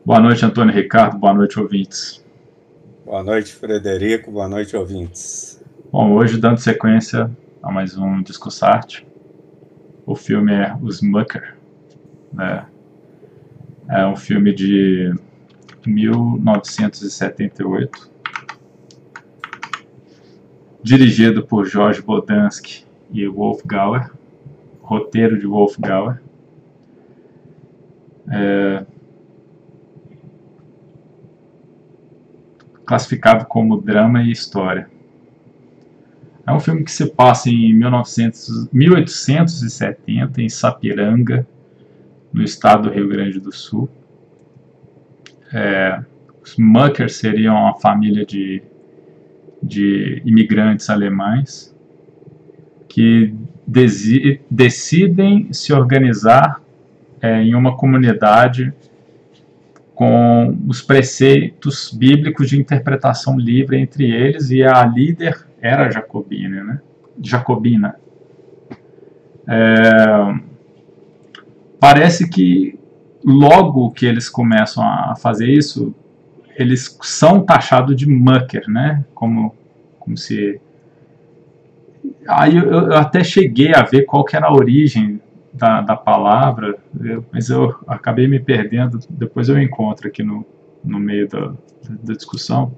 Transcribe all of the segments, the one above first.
Boa noite, Antônio Ricardo. Boa noite, ouvintes. Boa noite, Frederico. Boa noite, ouvintes. Bom, hoje, dando sequência a mais um Discussarte, o filme é Os Mucker, né? É um filme de 1978, dirigido por Jorge Bodansky e Wolf Gauer, roteiro de Wolf Gauer. Classificado como drama e história. É um filme que se passa em 1870, em Sapiranga, no estado do Rio Grande do Sul. Os Mucker seriam uma família de imigrantes alemães que decidem se organizar em uma comunidade com os preceitos bíblicos de interpretação livre entre eles, e a líder era jacobina, né? Parece que logo que eles começam a fazer isso, eles são taxados de mucker, né? Como se... Aí eu até cheguei a ver qual que era a origem da palavra, mas eu acabei me perdendo. Depois eu encontro aqui no meio da discussão.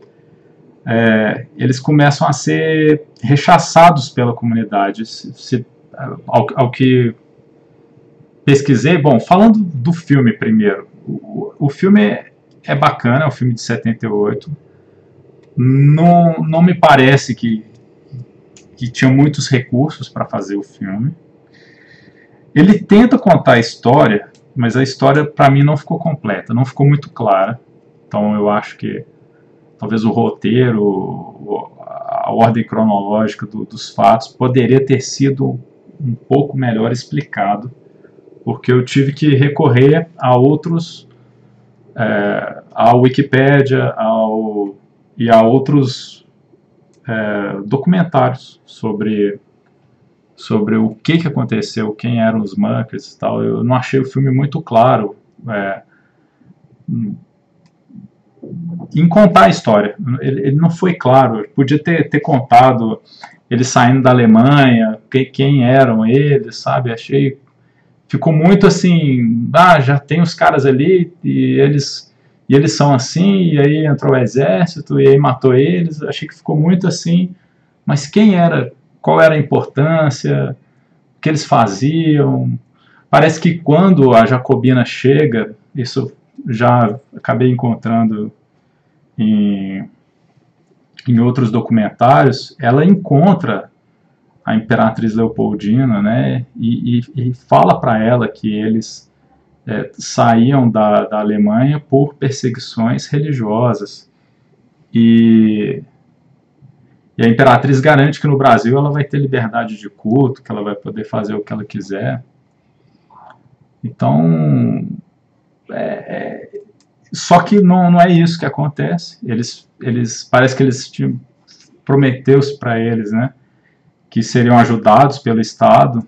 Eles começam a ser rechaçados pela comunidade. Ao que pesquisei, bom, falando do filme primeiro, o filme é bacana, é um filme de 78, não me parece que tinha muitos recursos para fazer o filme. Ele tenta contar a história, mas a história para mim não ficou completa, não ficou muito clara. Então eu acho que talvez o roteiro, a ordem cronológica dos fatos poderia ter sido um pouco melhor explicado, porque eu tive que recorrer a outros, à Wikipédia e a outros documentários sobre o que aconteceu, quem eram os Muckers e tal. Eu não achei o filme muito claro em contar a história. Ele não foi claro. Podia ter contado eles saindo da Alemanha, quem eram eles, sabe? Achei... Ficou muito assim, já tem os caras ali e eles são assim, e aí entrou o exército e aí matou eles. Achei que ficou muito assim, mas quem era, qual era a importância, o que eles faziam. Parece que quando a Jacobina chega, isso já acabei encontrando em outros documentários, ela encontra a Imperatriz Leopoldina, né, e fala para ela que eles saíam da Alemanha por perseguições religiosas, e a Imperatriz garante que no Brasil ela vai ter liberdade de culto, que ela vai poder fazer o que ela quiser. Então, só que não é isso que acontece. Parece que eles prometeu-se para eles, né, que seriam ajudados pelo Estado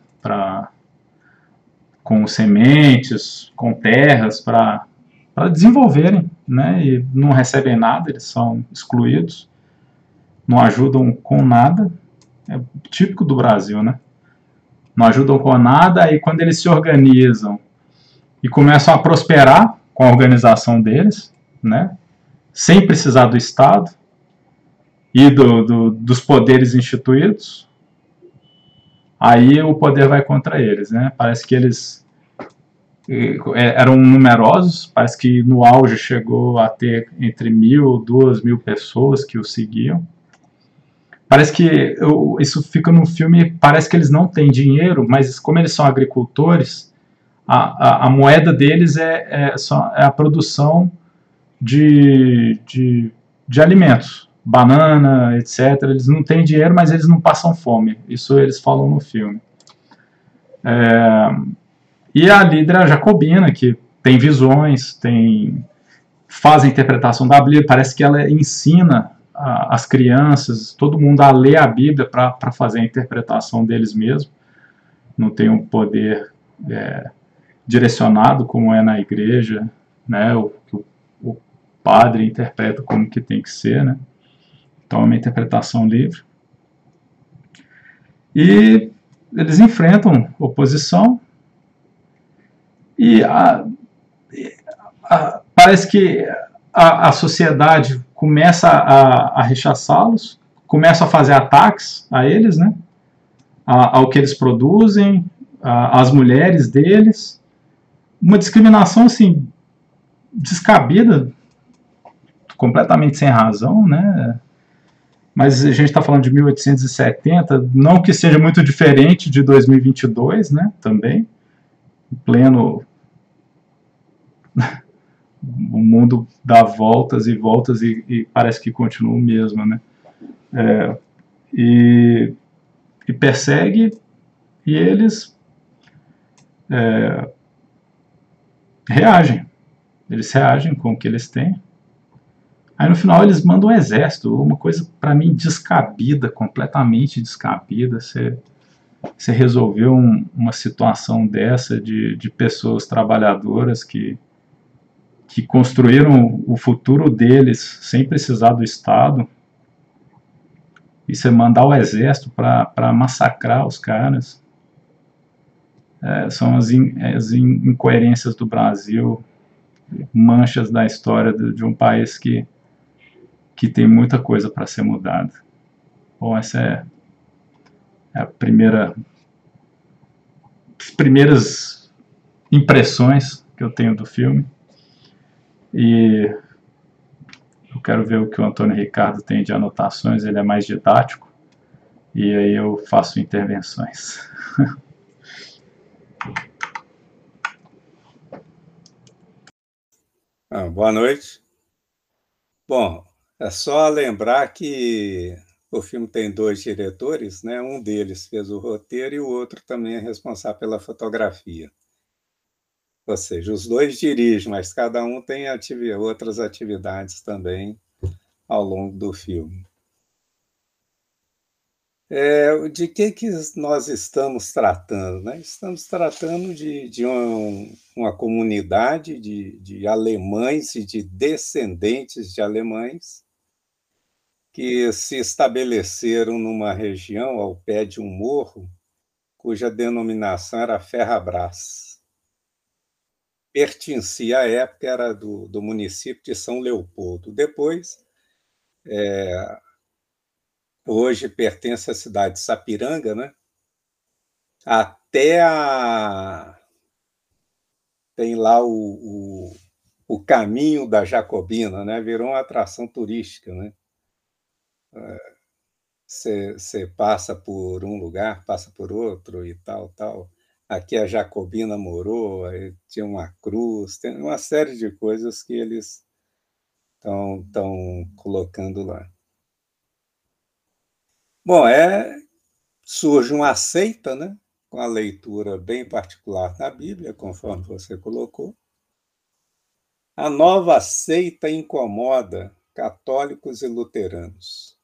com sementes, com terras, para desenvolverem, né, e não recebem nada, eles são excluídos, não ajudam com nada. É típico do Brasil, né? Não ajudam com nada, e quando eles se organizam e começam a prosperar com a organização deles, né, sem precisar do Estado e dos poderes instituídos, aí o poder vai contra eles, né? Parece que eles eram numerosos, parece que no auge chegou a ter entre 1.000 e 2.000 pessoas que o seguiam. Parece que isso fica no filme, parece que eles não têm dinheiro, mas como eles são agricultores, a moeda deles é a produção de alimentos, banana, etc. Eles não têm dinheiro, mas eles não passam fome. Isso eles falam no filme. E a líder é a Jacobina, que tem visões, faz a interpretação da Bíblia. Parece que ela ensina as crianças, todo mundo a ler a Bíblia para fazer a interpretação deles mesmos. Não tem um poder direcionado como é na igreja, né, o padre interpreta como que tem que ser, né? Então é uma interpretação livre. E eles enfrentam oposição e parece que a sociedade começa a rechaçá-los, começa a fazer ataques a eles, né? Ao que eles produzem, às mulheres deles. Uma discriminação assim descabida, completamente sem razão, né? Mas a gente está falando de 1870, não que seja muito diferente de 2022, né? Também, em pleno o mundo dá voltas e voltas e parece que continua o mesmo, né? E, e persegue e eles reagem. Eles reagem com o que eles têm. Aí no final eles mandam um exército, uma coisa para mim descabida, completamente descabida. Você resolveu uma situação dessa de pessoas trabalhadoras que construíram o futuro deles sem precisar do Estado, e você mandar o exército para massacrar os caras. São as incoerências do Brasil, manchas da história de um país que tem muita coisa para ser mudada. Bom, essa é a as primeiras impressões que eu tenho do filme. E eu quero ver o que o Antônio Ricardo tem de anotações, ele é mais didático, e aí eu faço intervenções. Boa noite. Bom, é só lembrar que o filme tem 2 diretores, né? Um deles fez o roteiro e o outro também é responsável pela fotografia. Ou seja, os 2 dirigem, mas cada um tem outras atividades também ao longo do filme. De que nós estamos tratando, né? Estamos tratando de uma comunidade de alemães e de descendentes de alemães que se estabeleceram numa região ao pé de um morro, cuja denominação era Ferrabras. Pertencia à época, era do município de São Leopoldo. Depois, hoje pertence à cidade de Sapiranga, né? Até tem lá o caminho da Jacobina, né? Virou uma atração turística, né? Você passa por um lugar, passa por outro e tal. Aqui a Jacobina morou, aí tinha uma cruz, tem uma série de coisas que eles estão colocando lá. Bom, surge uma seita, né? Com a leitura bem particular da Bíblia, conforme você colocou. A nova seita incomoda católicos e luteranos.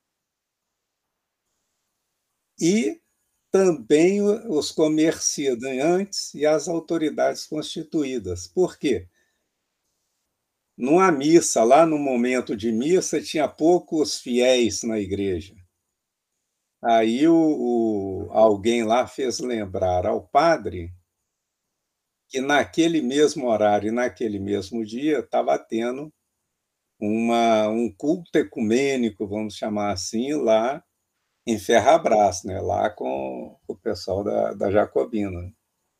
E também os comerciantes e as autoridades constituídas. Por quê? Numa missa, lá no momento de missa, tinha poucos fiéis na igreja. Aí alguém lá fez lembrar ao padre que naquele mesmo horário e naquele mesmo dia estava tendo um culto ecumênico, vamos chamar assim, lá em Ferrabras, né? Lá com o pessoal da Jacobina.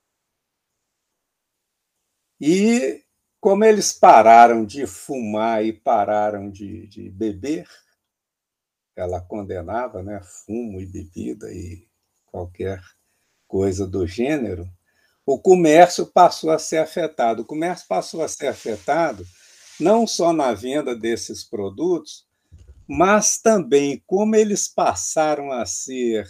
E como eles pararam de fumar e pararam de beber, ela condenava, né, fumo e bebida e qualquer coisa do gênero, o comércio passou a ser afetado. O comércio passou a ser afetado não só na venda desses produtos, mas também como eles passaram a ser...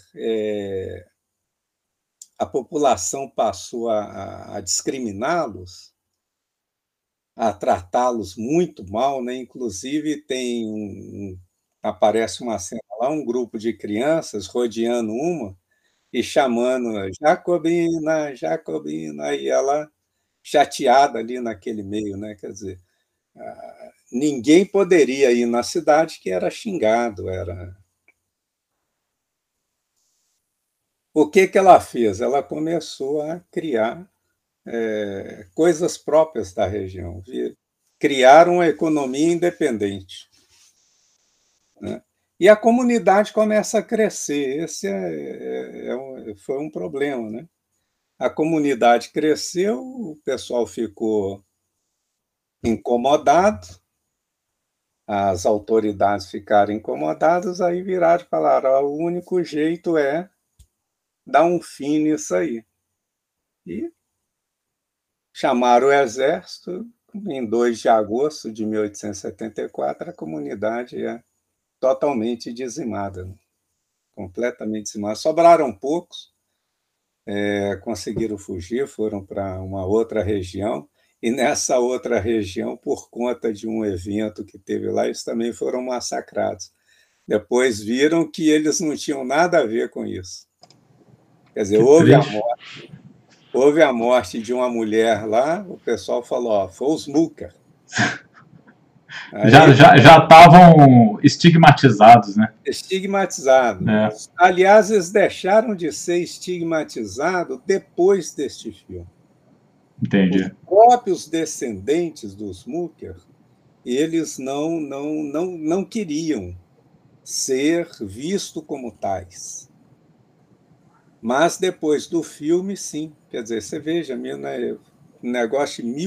a população passou a discriminá-los, a tratá-los muito mal, né? Inclusive aparece uma cena lá, um grupo de crianças rodeando uma e chamando Jacobina, Jacobina, e ela chateada ali naquele meio, né? Quer dizer, ninguém poderia ir na cidade que era xingado, era... O que que ela fez? Ela começou a criar coisas próprias da região, criar uma economia independente, né? E a comunidade começa a crescer. Esse foi um problema, né? A comunidade cresceu, o pessoal ficou incomodado, as autoridades ficaram incomodadas, aí viraram e falaram: o único jeito é dar um fim nisso aí. E chamaram o exército. Em 2 de agosto de 1874, a comunidade é totalmente dizimada, né? Completamente dizimada. Sobraram poucos, conseguiram fugir, foram para uma outra região, e nessa outra região, por conta de um evento que teve lá, eles também foram massacrados. Depois viram que eles não tinham nada a ver com isso. Quer dizer, houve a morte de uma mulher lá, o pessoal falou: ó, foi os Mucker. Já estavam estigmatizados, né? Estigmatizados. É. Aliás, eles deixaram de ser estigmatizados depois deste filme. Entendi. Os próprios descendentes dos Mucker, eles não queriam ser vistos como tais. Mas depois do filme, sim. Quer dizer, você veja, um negócio de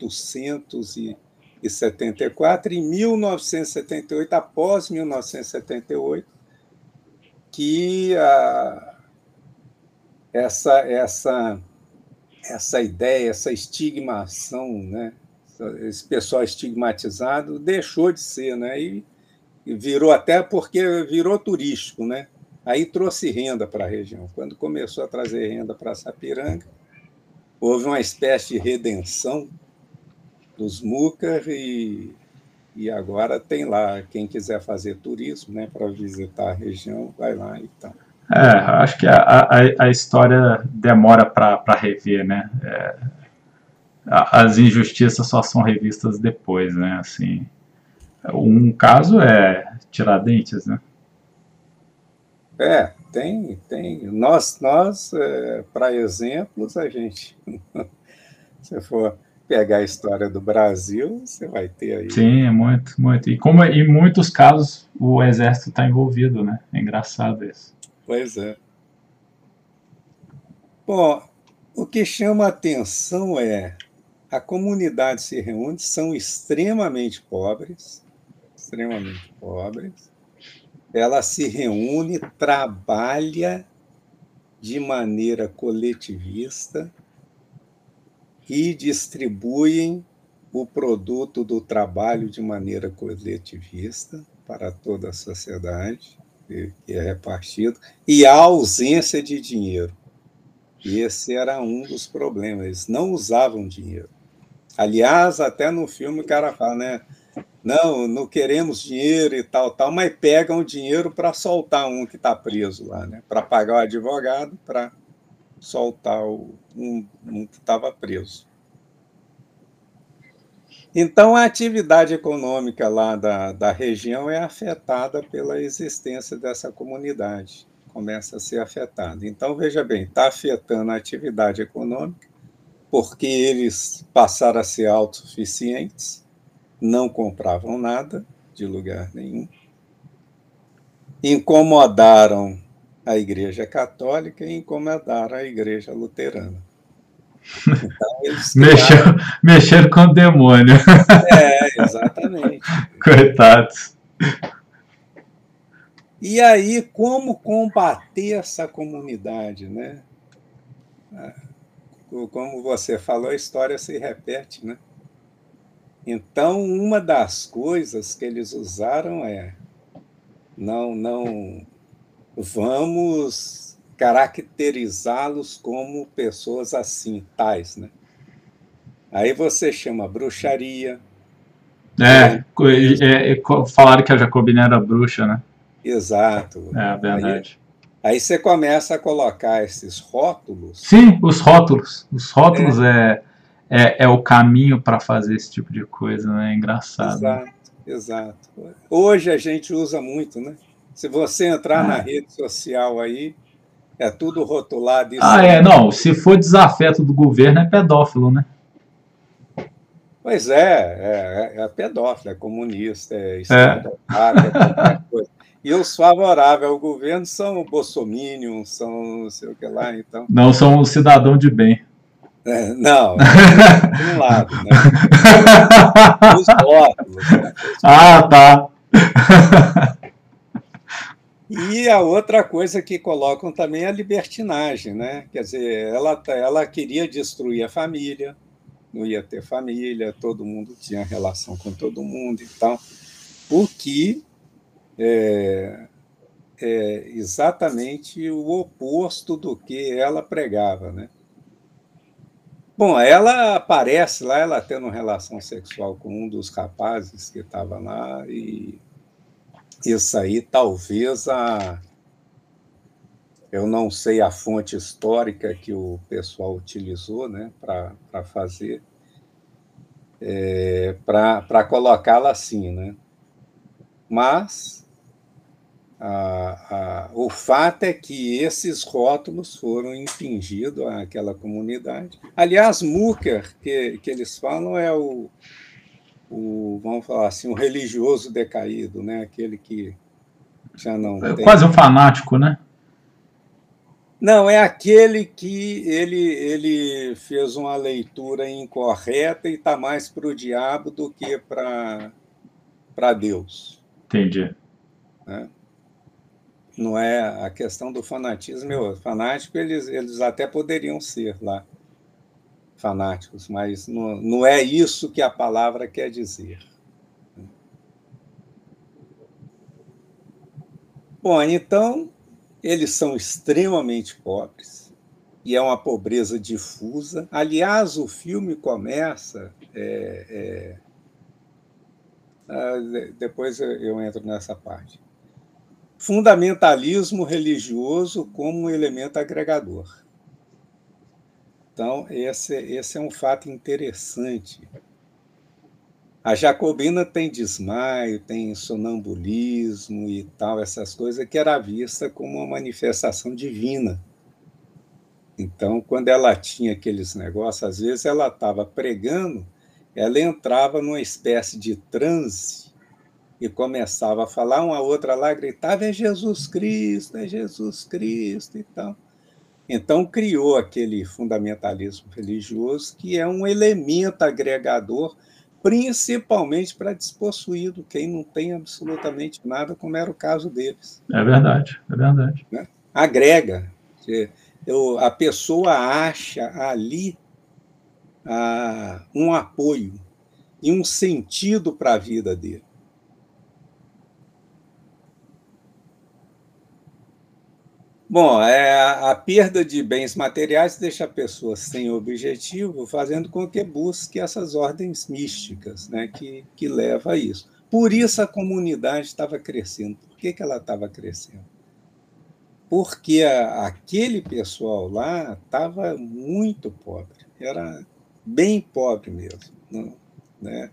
1874, em 1978, após 1978, que essa ideia, essa estigmação, né? Esse pessoal estigmatizado deixou de ser, né? E virou, até porque virou turístico, né? Aí trouxe renda para a região. Quando começou a trazer renda para Sapiranga, houve uma espécie de redenção dos Mucker e agora tem lá, quem quiser fazer turismo, né, para visitar a região, vai lá e tal. Acho que a história demora para rever, né? As injustiças só são revistas depois, né? Assim, um caso é Tiradentes, né? Tem. Nós para exemplos, a gente, se for pegar a história do Brasil, você vai ter aí. Sim, é muito. E como em muitos casos o exército está envolvido, né? É engraçado isso. Pois é. Bom, o que chama a atenção é a comunidade se reúne, são extremamente pobres, ela se reúne, trabalha de maneira coletivista e distribuem o produto do trabalho de maneira coletivista para toda a sociedade, que é repartido, e a ausência de dinheiro. Esse era um dos problemas, eles não usavam dinheiro. Aliás, até no filme o cara fala, né? Não queremos dinheiro e tal, mas pegam o dinheiro para soltar um que está preso lá, né? Para pagar o advogado, para soltar um que estava preso. Então, a atividade econômica lá da região é afetada pela existência dessa comunidade, começa a ser afetada. Então, veja bem, está afetando a atividade econômica, porque eles passaram a ser autossuficientes, não compravam nada de lugar nenhum, incomodaram a Igreja Católica e incomodaram a Igreja Luterana. Então, eles mexeram com o demônio. Exatamente. Coitados. E aí, como combater essa comunidade, né? Como você falou, a história se repete, né? Então, uma das coisas que eles usaram não vamos caracterizá-los como pessoas assim, tais, né? Aí você chama bruxaria. Falaram que a Jacobina era bruxa, né? Exato. É verdade. Aí você começa a colocar esses rótulos. Sim, os rótulos. Os rótulos é o caminho para fazer esse tipo de coisa, né? É engraçado. Exato, Né? exato. Hoje a gente usa muito, né? Se você entrar na rede social aí, é tudo rotulado isso aí. Não, se for desafeto do governo é pedófilo, né? Pois é pedófilo, é comunista, é É. esquerdopata, é qualquer coisa. E os favoráveis ao governo são bolsominions, são não sei o que lá, então. Não são um cidadão de bem. Não, de um lado, né? Os rótulos, né? Tá. E a outra coisa que colocam também é a libertinagem, né? Quer dizer, ela queria destruir a família, não ia ter família, todo mundo tinha relação com todo mundo e tal, o que é exatamente o oposto do que ela pregava, né? Bom, ela aparece lá, ela tendo relação sexual com um dos rapazes que estava lá, e isso aí talvez eu não sei a fonte histórica que o pessoal utilizou, né, para fazer, para colocá-la assim, né? Mas o fato é que esses rótulos foram impingidos àquela comunidade. Aliás, Mucker, que eles falam, é vamos falar assim, o religioso decaído, né? Aquele que já não tem... Quase um fanático, né? Não, é aquele que ele fez uma leitura incorreta e está mais para o diabo do que para Deus. Entendi. Né? Não é a questão do fanatismo. Fanático, eles até poderiam ser lá fanáticos, mas não é isso que a palavra quer dizer. Bom, então, eles são extremamente pobres, e é uma pobreza difusa. Aliás, o filme começa... depois eu entro nessa parte. Fundamentalismo religioso como um elemento agregador. Então, esse é um fato interessante. A Jacobina tem desmaio, tem sonambulismo e tal, essas coisas, que era vista como uma manifestação divina. Então, quando ela tinha aqueles negócios, às vezes ela estava pregando, ela entrava numa espécie de transe e começava a falar, uma outra lá gritava, é Jesus Cristo e tal. Então, criou aquele fundamentalismo religioso, que é um elemento agregador, principalmente para despossuído, quem não tem absolutamente nada, como era o caso deles. É verdade. Né? Agrega. A pessoa acha ali um apoio e um sentido para a vida dele. Bom, a perda de bens materiais deixa a pessoa sem objetivo, fazendo com que busque essas ordens místicas, né, que leva a isso. Por isso a comunidade estava crescendo. Por que ela estava crescendo? Porque aquele pessoal lá estava muito pobre, era bem pobre mesmo. Né?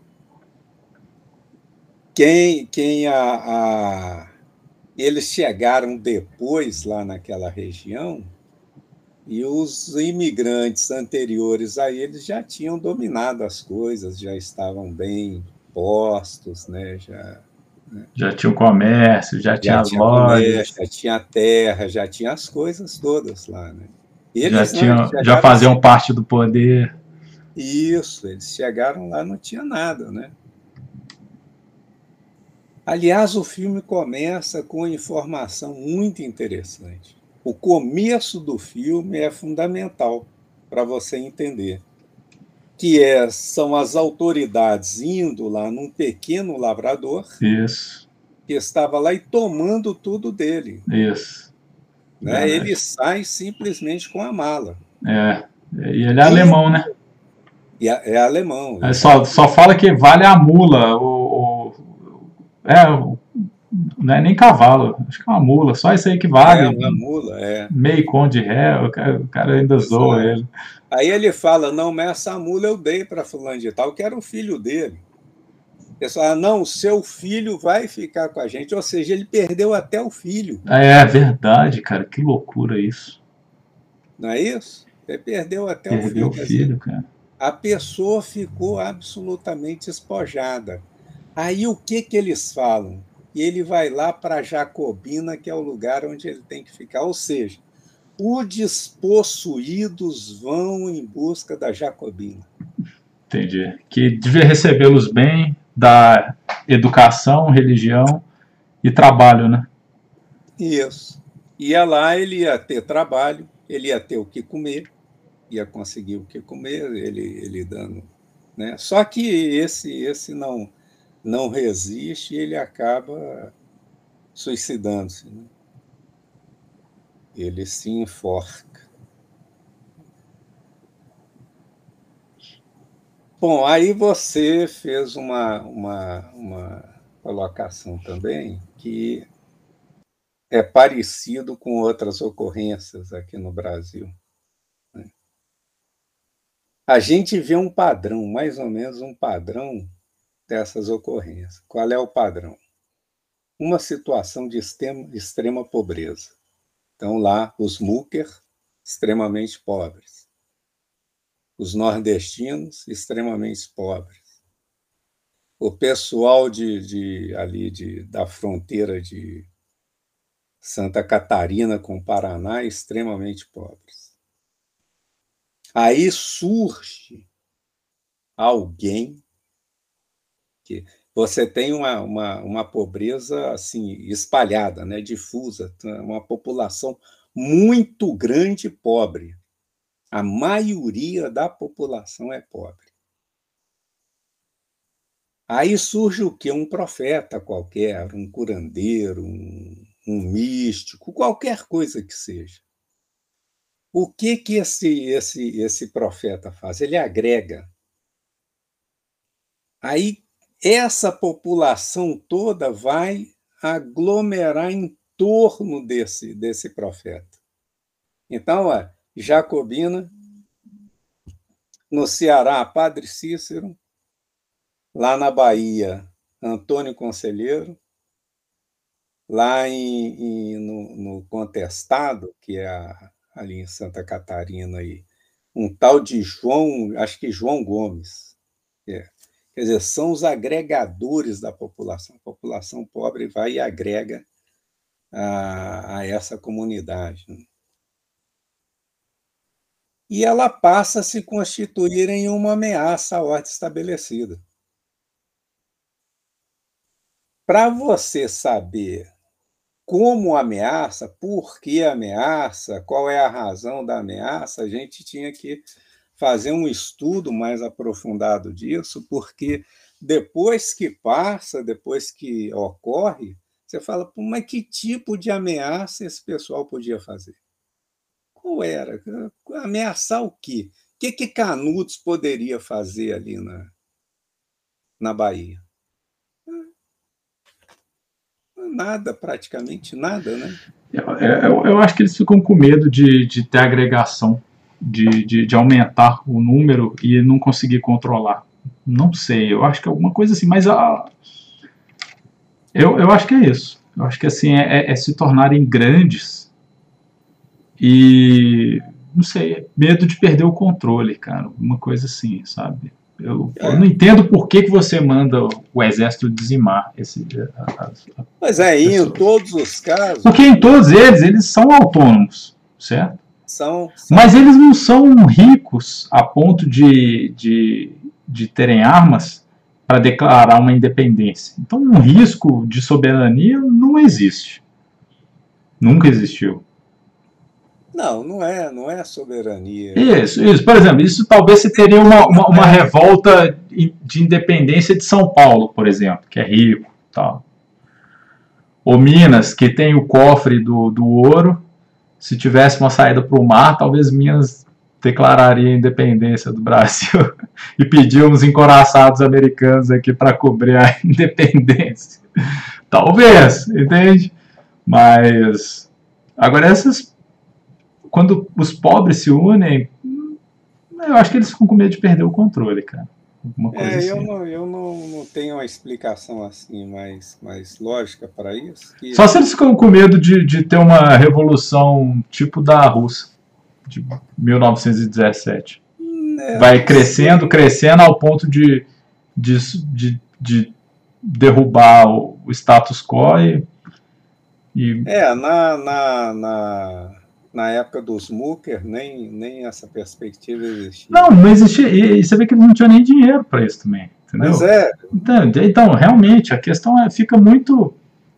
Eles chegaram depois lá naquela região e os imigrantes anteriores a eles já tinham dominado as coisas, já estavam bem postos, né? Já tinha o comércio, já tinha as lojas. Já tinha terra, já tinha as coisas todas lá, né? Já, Eles já faziam parte do poder. Isso, eles chegaram lá, não tinha nada, né? Aliás, o filme começa com uma informação muito interessante. O começo do filme é fundamental para você entender, que são as autoridades indo lá num pequeno lavrador. Isso. Que estava lá e tomando tudo dele. Isso. Né? Ele sai simplesmente com a mala. E ele é alemão, né? É alemão. Só fala que vale a mula. não é nem cavalo, acho que é uma mula, só isso aí que É vale. uma mula, é. Meio conto de ré, o cara ainda zoa Exato. ele. Aí ele fala, não, mas essa mula eu dei para fulano de tal, que era o filho dele. Ele fala, não, o seu filho vai ficar com a gente. Ou seja, ele perdeu até o filho. É verdade, cara, que loucura isso. Não é isso? Ele perdeu até o Perdeu filho. o Quer dizer, filho, cara. a pessoa ficou absolutamente espojada. Aí o que eles falam? E ele vai lá para Jacobina, que é o lugar onde ele tem que ficar. Ou seja, os despossuídos vão em busca da Jacobina. Entendi. Que devia recebê-los bem, dar educação, religião e trabalho, né? Isso. Ia lá, ele ia ter trabalho, ele ia ter o que comer, ia conseguir o que comer, ele dando. Né? Só que esse não resiste e ele acaba suicidando-se. Né? Ele se enforca. Bom, aí você fez uma colocação também que é parecido com outras ocorrências aqui no Brasil. Né? A gente vê um padrão, mais ou menos um padrão dessas ocorrências. Qual é o padrão? Uma situação de extrema pobreza. Então, lá, os mucker, extremamente pobres. Os nordestinos, extremamente pobres. O pessoal ali da fronteira de Santa Catarina com o Paraná, extremamente pobres. Aí surge alguém que você tem uma pobreza assim espalhada, né, difusa, uma população muito grande pobre. A maioria da população é pobre. Aí surge o quê? Um profeta qualquer, um curandeiro, um místico, qualquer coisa que seja. O que esse profeta faz? Ele agrega. Aí essa população toda vai aglomerar em torno desse profeta. Então, Jacobina, no Ceará, Padre Cícero, lá na Bahia, Antônio Conselheiro, lá no Contestado, que é ali em Santa Catarina, aí, um tal de João, acho que João Gomes. Quer dizer, são os agregadores da população. A população pobre vai e agrega a essa comunidade. Né? E ela passa a se constituir em uma ameaça à ordem estabelecida. Para você saber como ameaça, por que ameaça, qual é a razão da ameaça, a gente tinha que fazer um estudo mais aprofundado disso, porque depois que passa, depois que ocorre, você fala, mas que tipo de ameaça esse pessoal podia fazer? Qual era? Ameaçar o quê? O que Canudos poderia fazer ali na Bahia? Nada, praticamente nada, né? Eu acho que eles ficam com medo de ter agregação, de aumentar o número e não conseguir controlar. Não sei, eu acho que é alguma coisa assim, mas eu acho que é isso. Eu acho que assim é se tornarem grandes e não sei, medo de perder o controle, cara. Uma coisa assim, sabe? Eu não entendo por que você manda o exército dizimar Mas aí, em todos os casos. Porque em todos eles são autônomos, certo? São. Mas eles não são ricos a ponto de terem armas para declarar uma independência. Então, um risco de soberania não existe. Nunca existiu. Não é soberania. Isso. Por exemplo, isso talvez se teria uma revolta de independência de São Paulo, por exemplo, que é rico, tal. Ou Minas, que tem o cofre do ouro. Se tivesse uma saída para o mar, talvez Minas declararia a independência do Brasil e pedir uns encoraçados americanos aqui para cobrir a independência. Talvez, entende? Mas agora quando os pobres se unem, eu acho que eles ficam com medo de perder o controle, cara. Alguma coisa Eu assim. não, não tenho uma explicação assim mais lógica para isso. Só se eles ficam com medo de ter uma revolução tipo da Rússia, de 1917. Vai crescendo, crescendo ao ponto de derrubar o status quo na época dos Mooker, nem essa perspectiva existia. Não existia. E você vê que eles não tinham nem dinheiro para isso também, entendeu? Mas então, realmente, a questão fica muito...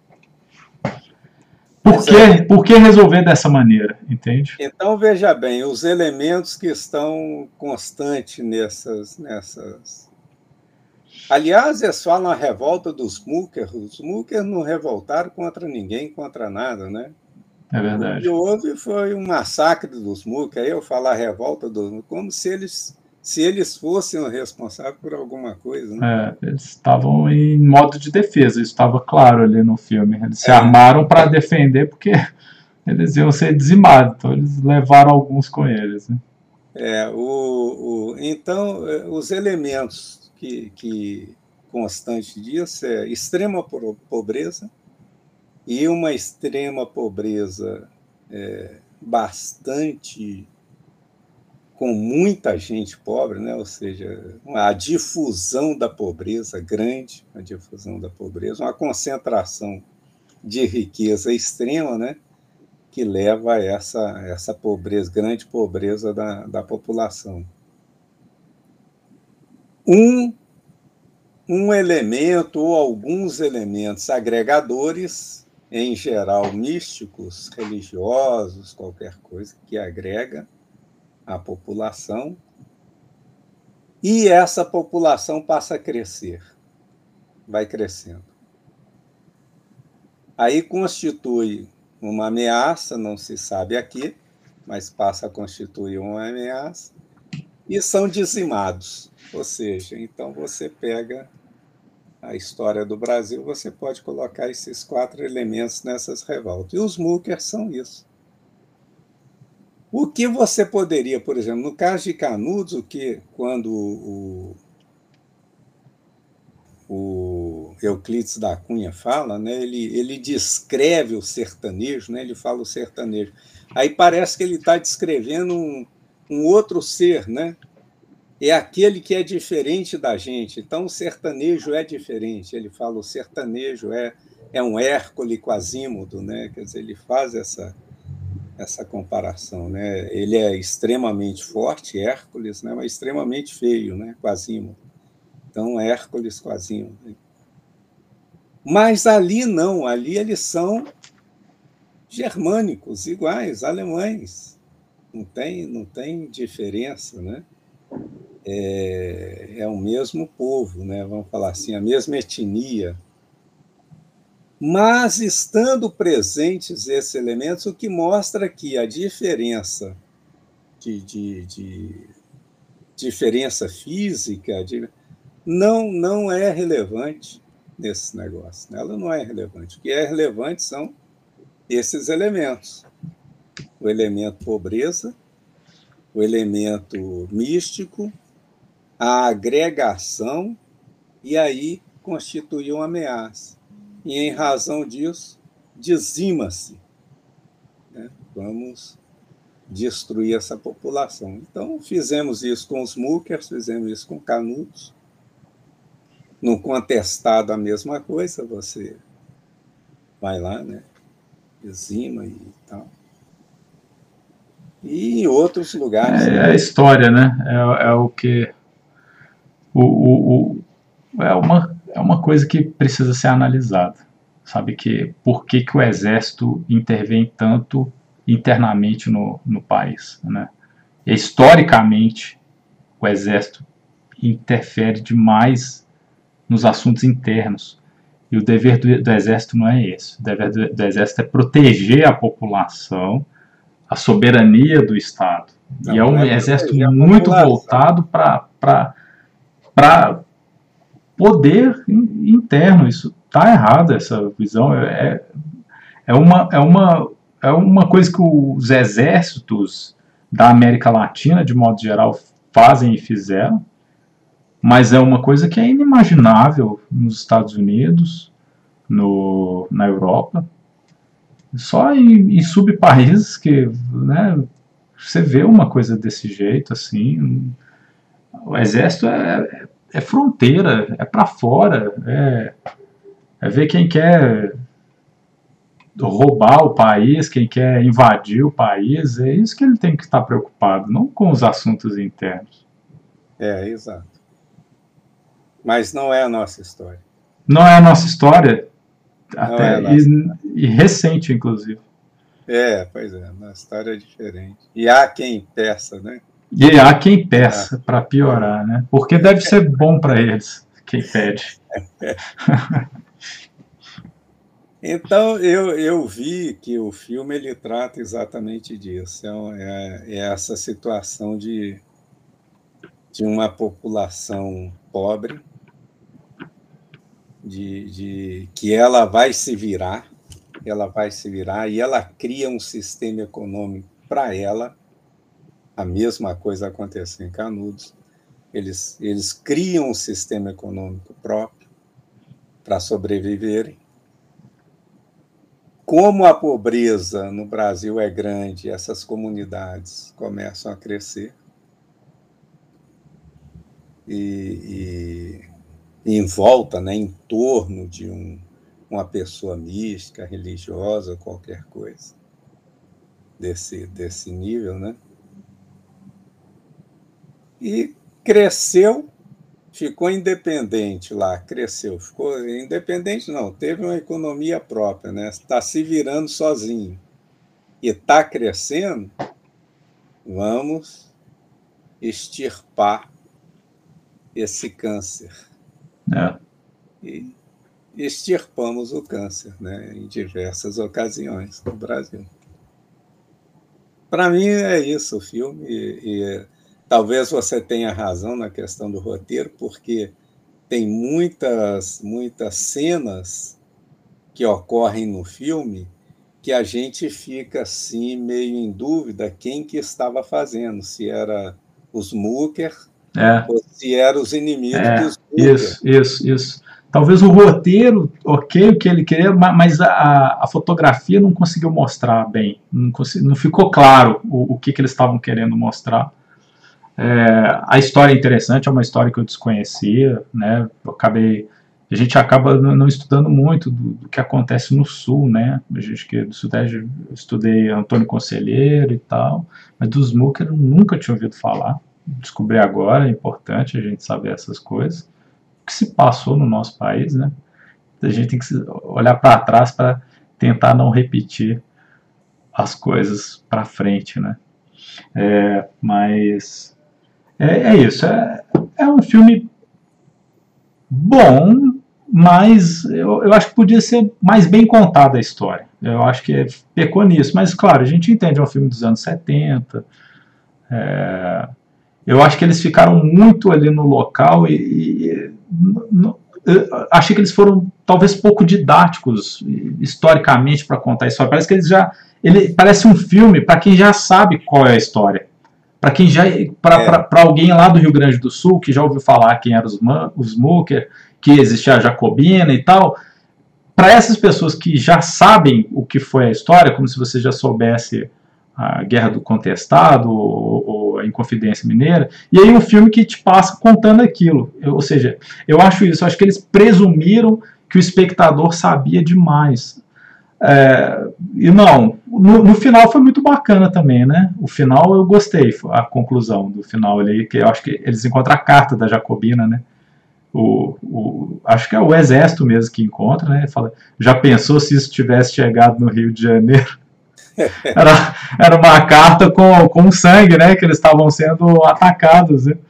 Por que resolver dessa maneira, entende? Então, veja bem, os elementos que estão constantes nessas... Aliás, eles falam a revolta dos Mooker. Os Mooker não revoltaram contra ninguém, contra nada, né? É verdade. O que houve foi um massacre dos Mooker. Aí eu falo a revolta dos Mooker, como se eles fossem os responsáveis por alguma coisa, né? Eles estavam em modo de defesa, isso estava claro ali no filme. Eles se armaram para defender porque eles iam ser dizimados, então eles levaram alguns com eles. Né? Então, os elementos que constante disso é extrema pobreza e uma extrema pobreza bastante com muita gente pobre, né? Ou seja, a difusão da pobreza grande, a difusão da pobreza, uma concentração de riqueza extrema, né? Que leva a essa pobreza, grande pobreza da população. Um elemento ou alguns elementos agregadores, em geral místicos, religiosos, qualquer coisa que agrega a população, e essa população passa a crescer, vai crescendo. Aí constitui uma ameaça, não se sabe aqui, mas passa a constituir uma ameaça, e são dizimados. Ou seja, então você pega a história do Brasil, você pode colocar esses 4 elementos nessas revoltas. E os Mooker são isso. O que você poderia, por exemplo, no caso de Canudos, quando o Euclides da Cunha fala, né, ele descreve o sertanejo, né, ele fala o sertanejo. Aí parece que ele está descrevendo um outro ser, né? É aquele que é diferente da gente. Então, o sertanejo é diferente. Ele fala o sertanejo é um Hércules Quasímodo, né? Quer dizer, ele faz essa comparação, né? Ele é extremamente forte, Hércules, né? Mas extremamente feio, né? Quasímodo. Então, Hércules Quasímodo. Mas ali não, ali eles são germânicos, iguais, alemães. Não tem diferença, né? É o mesmo povo, né? Vamos falar assim, a mesma etnia. Mas, estando presentes esses elementos, o que mostra que a diferença diferença física não é relevante nesse negócio. Ela não é relevante. O que é relevante são esses elementos. O elemento pobreza, o elemento místico, a agregação, e aí constitui uma ameaça. E, em razão disso, dizima-se. Né? Vamos destruir essa população. Então, fizemos isso com os Mookers, fizemos isso com Canudos. No contestado, a mesma coisa, você vai lá, né? Dizima e tal. E em outros lugares. É a história, né? É o que... é uma coisa que precisa ser analisada. Sabe que por que o exército intervém tanto internamente no país, né? E, historicamente, o exército interfere demais nos assuntos internos. E o dever do exército não é esse. O dever do exército é proteger a população, a soberania do Estado. Não, e é um exército muito voltado para poder interno. Isso tá errada essa visão. É uma coisa que os exércitos da América Latina, de modo geral, fazem e fizeram, mas é uma coisa que é inimaginável nos Estados Unidos, na Europa, só em subpaíses que, né, você vê uma coisa desse jeito, assim. O exército é fronteira, é para fora, é ver quem quer roubar o país, quem quer invadir o país, é isso que ele tem que estar preocupado, não com os assuntos internos. Exato. Mas não é a nossa história. Não é a nossa história, até e recente, inclusive. Pois é, a nossa história é diferente. E há quem peça, né? E há quem peça, para piorar, né? Porque deve ser bom para eles, quem pede. Então, eu vi que o filme ele trata exatamente disso. É essa situação de uma população pobre, que ela vai se virar, e ela cria um sistema econômico para ela. A mesma coisa aconteceu em Canudos. Eles criam um sistema econômico próprio para sobreviverem. Como a pobreza no Brasil é grande, essas comunidades começam a crescer. E em volta, né, em torno de uma pessoa mística, religiosa, qualquer coisa desse nível, né? E cresceu, ficou independente lá, ficou independente não, teve uma economia própria, né? Está se virando sozinho e está crescendo, vamos extirpar esse câncer. E extirpamos o câncer, né, em diversas ocasiões no Brasil. Para mim é isso o filme, e talvez você tenha razão na questão do roteiro, porque tem muitas cenas que ocorrem no filme que a gente fica assim meio em dúvida quem que estava fazendo, se era os Mooker ou se eram os inimigos dos Mooker. Isso. Talvez o roteiro, ok, o que ele queria, mas a fotografia não conseguiu mostrar bem, não ficou claro o que eles estavam querendo mostrar. A história é interessante, é uma história que eu desconhecia, né? A gente acaba não estudando muito do que acontece no Sul, né? A gente que do Sudeste, eu estudei Antônio Conselheiro e tal, mas dos Mooker eu nunca tinha ouvido falar. Descobri agora, é importante a gente saber essas coisas. O que se passou no nosso país, né? A gente tem que olhar para trás para tentar não repetir as coisas para frente, né? Mas é isso. É um filme bom, mas eu acho que podia ser mais bem contada a história. Eu acho que pecou nisso. Mas, claro, a gente entende, é um filme dos anos 70. Eu acho que eles ficaram muito ali no local eu achei que eles foram talvez pouco didáticos historicamente para contar a história. Parece que ele parece um filme para quem já sabe qual é a história. Para alguém lá do Rio Grande do Sul que já ouviu falar quem eram os Mooker, que existia a Jacobina e tal. Para essas pessoas que já sabem o que foi a história, como se você já soubesse a Guerra do Contestado ou a Inconfidência Mineira, e aí um filme que te passa contando aquilo. Ou seja, eu acho que eles presumiram que o espectador sabia demais. E não, no final foi muito bacana também, né? O final eu gostei, a conclusão do final ali, que eu acho que eles encontram a carta da Jacobina, né? Acho que é o exército mesmo que encontra, né? Fala, já pensou se isso tivesse chegado no Rio de Janeiro? Era uma carta com sangue, né? Que eles estavam sendo atacados, né?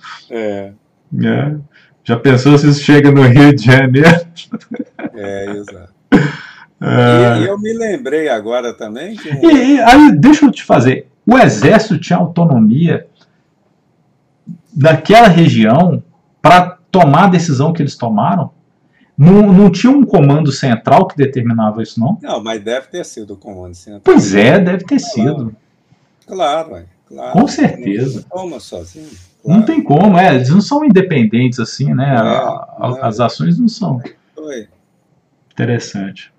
Já pensou se isso chega no Rio de Janeiro? Exato. E eu me lembrei agora também que aí, deixa eu te fazer. O exército tinha autonomia daquela região para tomar a decisão que eles tomaram? Não tinha um comando central que determinava isso, não? Não, mas deve ter sido o comando central. Pois é, deve ter sido. Claro, claro. Com certeza. Não toma sozinho. Claro. Não tem como, eles não são independentes assim, né? As ações não são. Foi. Interessante.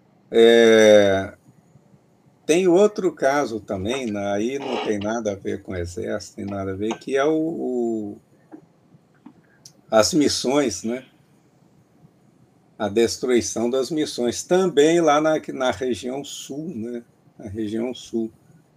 Tem outro caso também, aí não tem nada a ver com o exército, tem nada a ver, que é as missões, né? A destruição das missões, também lá na região sul, né? Na região sul,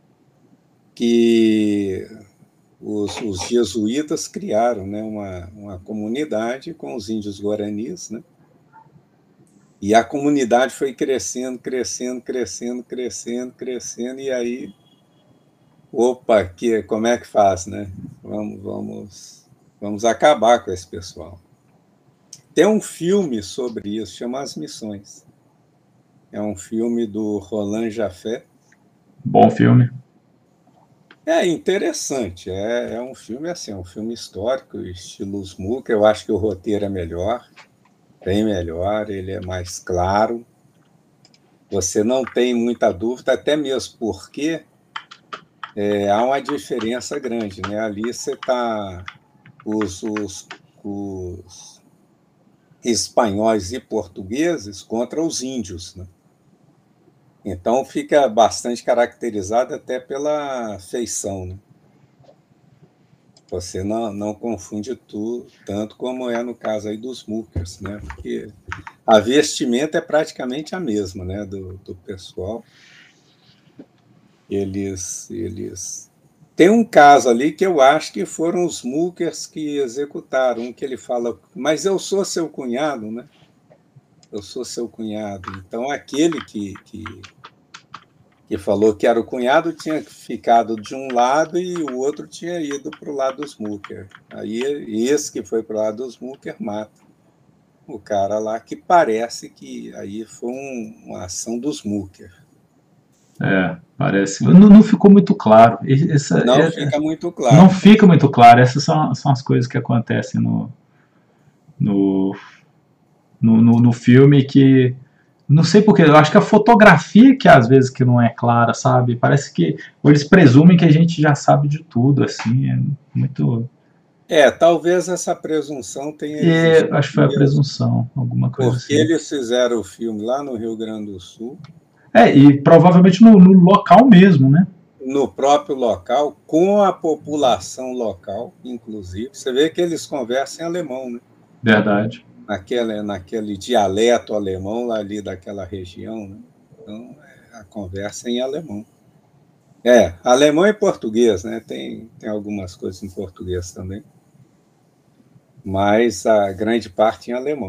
que os jesuítas criaram, né? uma comunidade com os índios guaranis, né? E a comunidade foi crescendo, crescendo, crescendo, crescendo, crescendo, e aí, opa, como é que faz, né? Vamos acabar com esse pessoal. Tem um filme sobre isso, chama As Missões. É um filme do Roland Jaffé. Bom filme. É interessante, é um filme assim, é um filme histórico, estilo Smoker. Eu acho que o roteiro é melhor, bem melhor, ele é mais claro. Você não tem muita dúvida, até mesmo porque há uma diferença grande, né? Ali você está os espanhóis e portugueses contra os índios, né? Então fica bastante caracterizado até pela feição, né? Você não confunde tudo, tanto como é no caso aí dos muckers, né? Porque a vestimenta é praticamente a mesma, né? Do pessoal. Eles tem um caso ali que eu acho que foram os muckers que executaram, um que ele fala, mas eu sou seu cunhado, né? Eu sou seu cunhado. Então, aquele que falou que era o cunhado tinha ficado de um lado e o outro tinha ido para o lado dos mucker. Aí, esse que foi para o lado dos mucker mata o cara lá, que parece que aí foi uma ação dos mucker. Parece. Não ficou muito claro. Não fica muito claro. Não fica muito claro. Essas são as coisas que acontecem no filme que. Não sei porquê, eu acho que a fotografia que às vezes que não é clara, sabe? Parece que eles presumem que a gente já sabe de tudo, assim, é muito. Talvez essa presunção tenha existido. Acho que foi a presunção, alguma coisa porque assim. Porque eles fizeram o filme lá no Rio Grande do Sul. E provavelmente no local mesmo, né? No próprio local, com a população local, inclusive. Você vê que eles conversam em alemão, né? Verdade. Naquele dialeto alemão ali daquela região, né? Então, a conversa é em alemão. Alemão e português, né? Tem algumas coisas em português também. Mas a grande parte em alemão.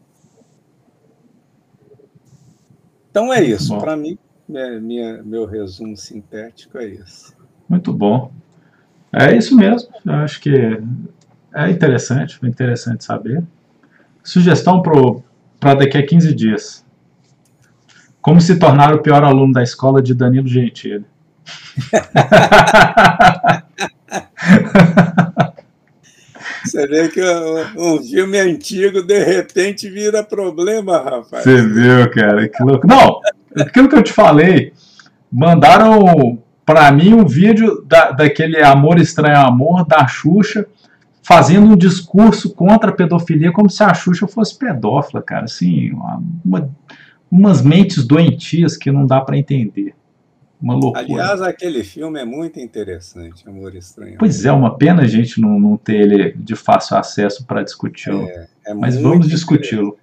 Então é muito isso. Para mim, meu resumo sintético é esse. Muito bom. É isso mesmo. Eu acho que é interessante, foi interessante saber. Sugestão para daqui a 15 dias. Como se tornar o pior aluno da escola, de Danilo Gentili. Você vê que um filme antigo, de repente, vira problema, rapaz. Você viu, cara, que louco. Não, aquilo que eu te falei, mandaram para mim um vídeo daquele Amor Estranho Amor, da Xuxa, fazendo um discurso contra a pedofilia, como se a Xuxa fosse pedófila, cara. Assim, umas mentes doentias que não dá para entender. Uma loucura. Aliás, aquele filme é muito interessante, Amor Estranho. Pois é, uma pena a gente não ter ele de fácil acesso para discuti-lo. Mas vamos discuti-lo.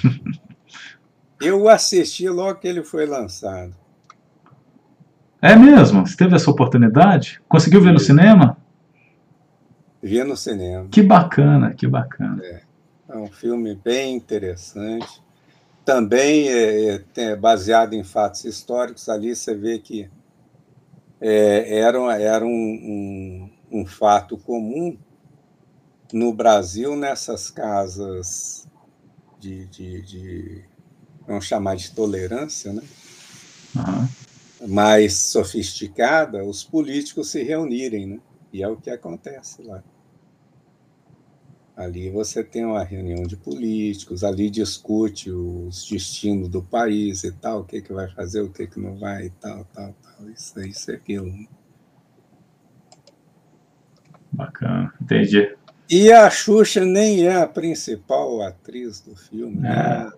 Eu assisti logo que ele foi lançado. É mesmo? Você teve essa oportunidade? Conseguiu ver no cinema? Vi no cinema. Que bacana, que bacana. É um filme bem interessante. Também é baseado em fatos históricos. Ali você vê que era um fato comum no Brasil, nessas casas vamos chamar de tolerância, né? Mais sofisticada, os políticos se reunirem, né? E é o que acontece lá. Ali você tem uma reunião de políticos, ali discute os destinos do país e tal, o que vai fazer, o que não vai e tal, isso aí, isso é aquilo. Bacana, entendi. E a Xuxa nem é a principal atriz do filme, né?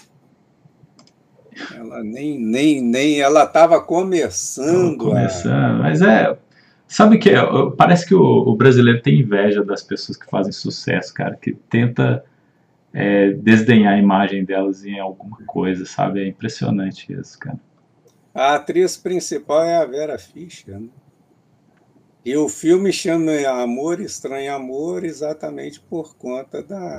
Ela nem ela estava começando mas sabe que parece que o brasileiro tem inveja das pessoas que fazem sucesso, cara, que tenta desdenhar a imagem delas em alguma coisa, sabe? É impressionante isso, cara. A atriz principal é a Vera Fischer, né? E o filme chama Amor, Estranho Amor exatamente por conta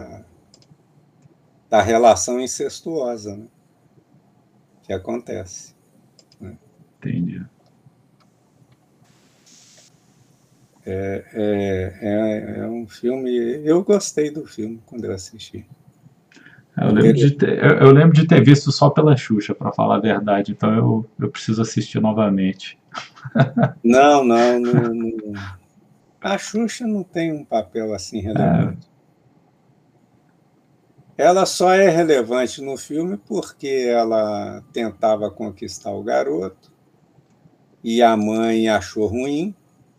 da relação incestuosa, né, que acontece. Né? Entendi. É um filme... Eu gostei do filme quando eu assisti. Eu lembro de ter visto só pela Xuxa, para falar a verdade, então eu preciso assistir novamente. Não. A Xuxa não tem um papel assim relevante. Ela só é relevante no filme porque ela tentava conquistar o garoto e a mãe achou ruim,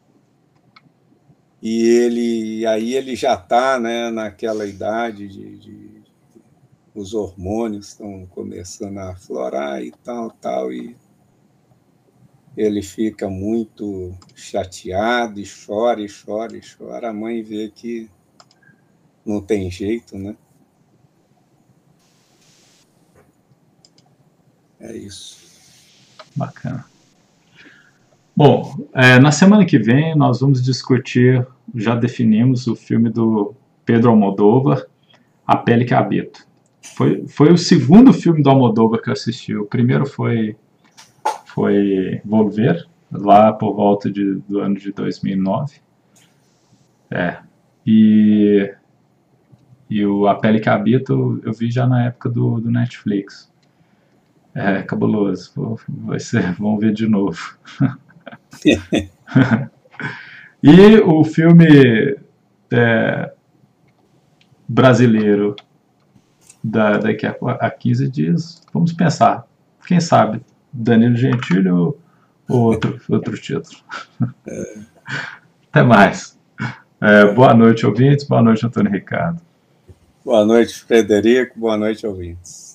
e aí ele já está, né, naquela idade os hormônios estão começando a aflorar e tal, e ele fica muito chateado e chora, e chora, e chora. A mãe vê que não tem jeito, né? É isso. Bacana. Bom, na semana que vem nós vamos discutir, já definimos, o filme do Pedro Almodóvar, A Pele que Habito. Foi o segundo filme do Almodóvar que eu assisti. O primeiro foi Volver, lá por volta do ano de 2009. E o A Pele que Habito eu vi já na época do Netflix. É cabuloso. Vamos ver de novo. E o filme brasileiro daqui a 15 dias, vamos pensar. Quem sabe? Danilo Gentili ou outro título. Até mais. Boa noite, ouvintes. Boa noite, Antônio Ricardo. Boa noite, Frederico. Boa noite, ouvintes.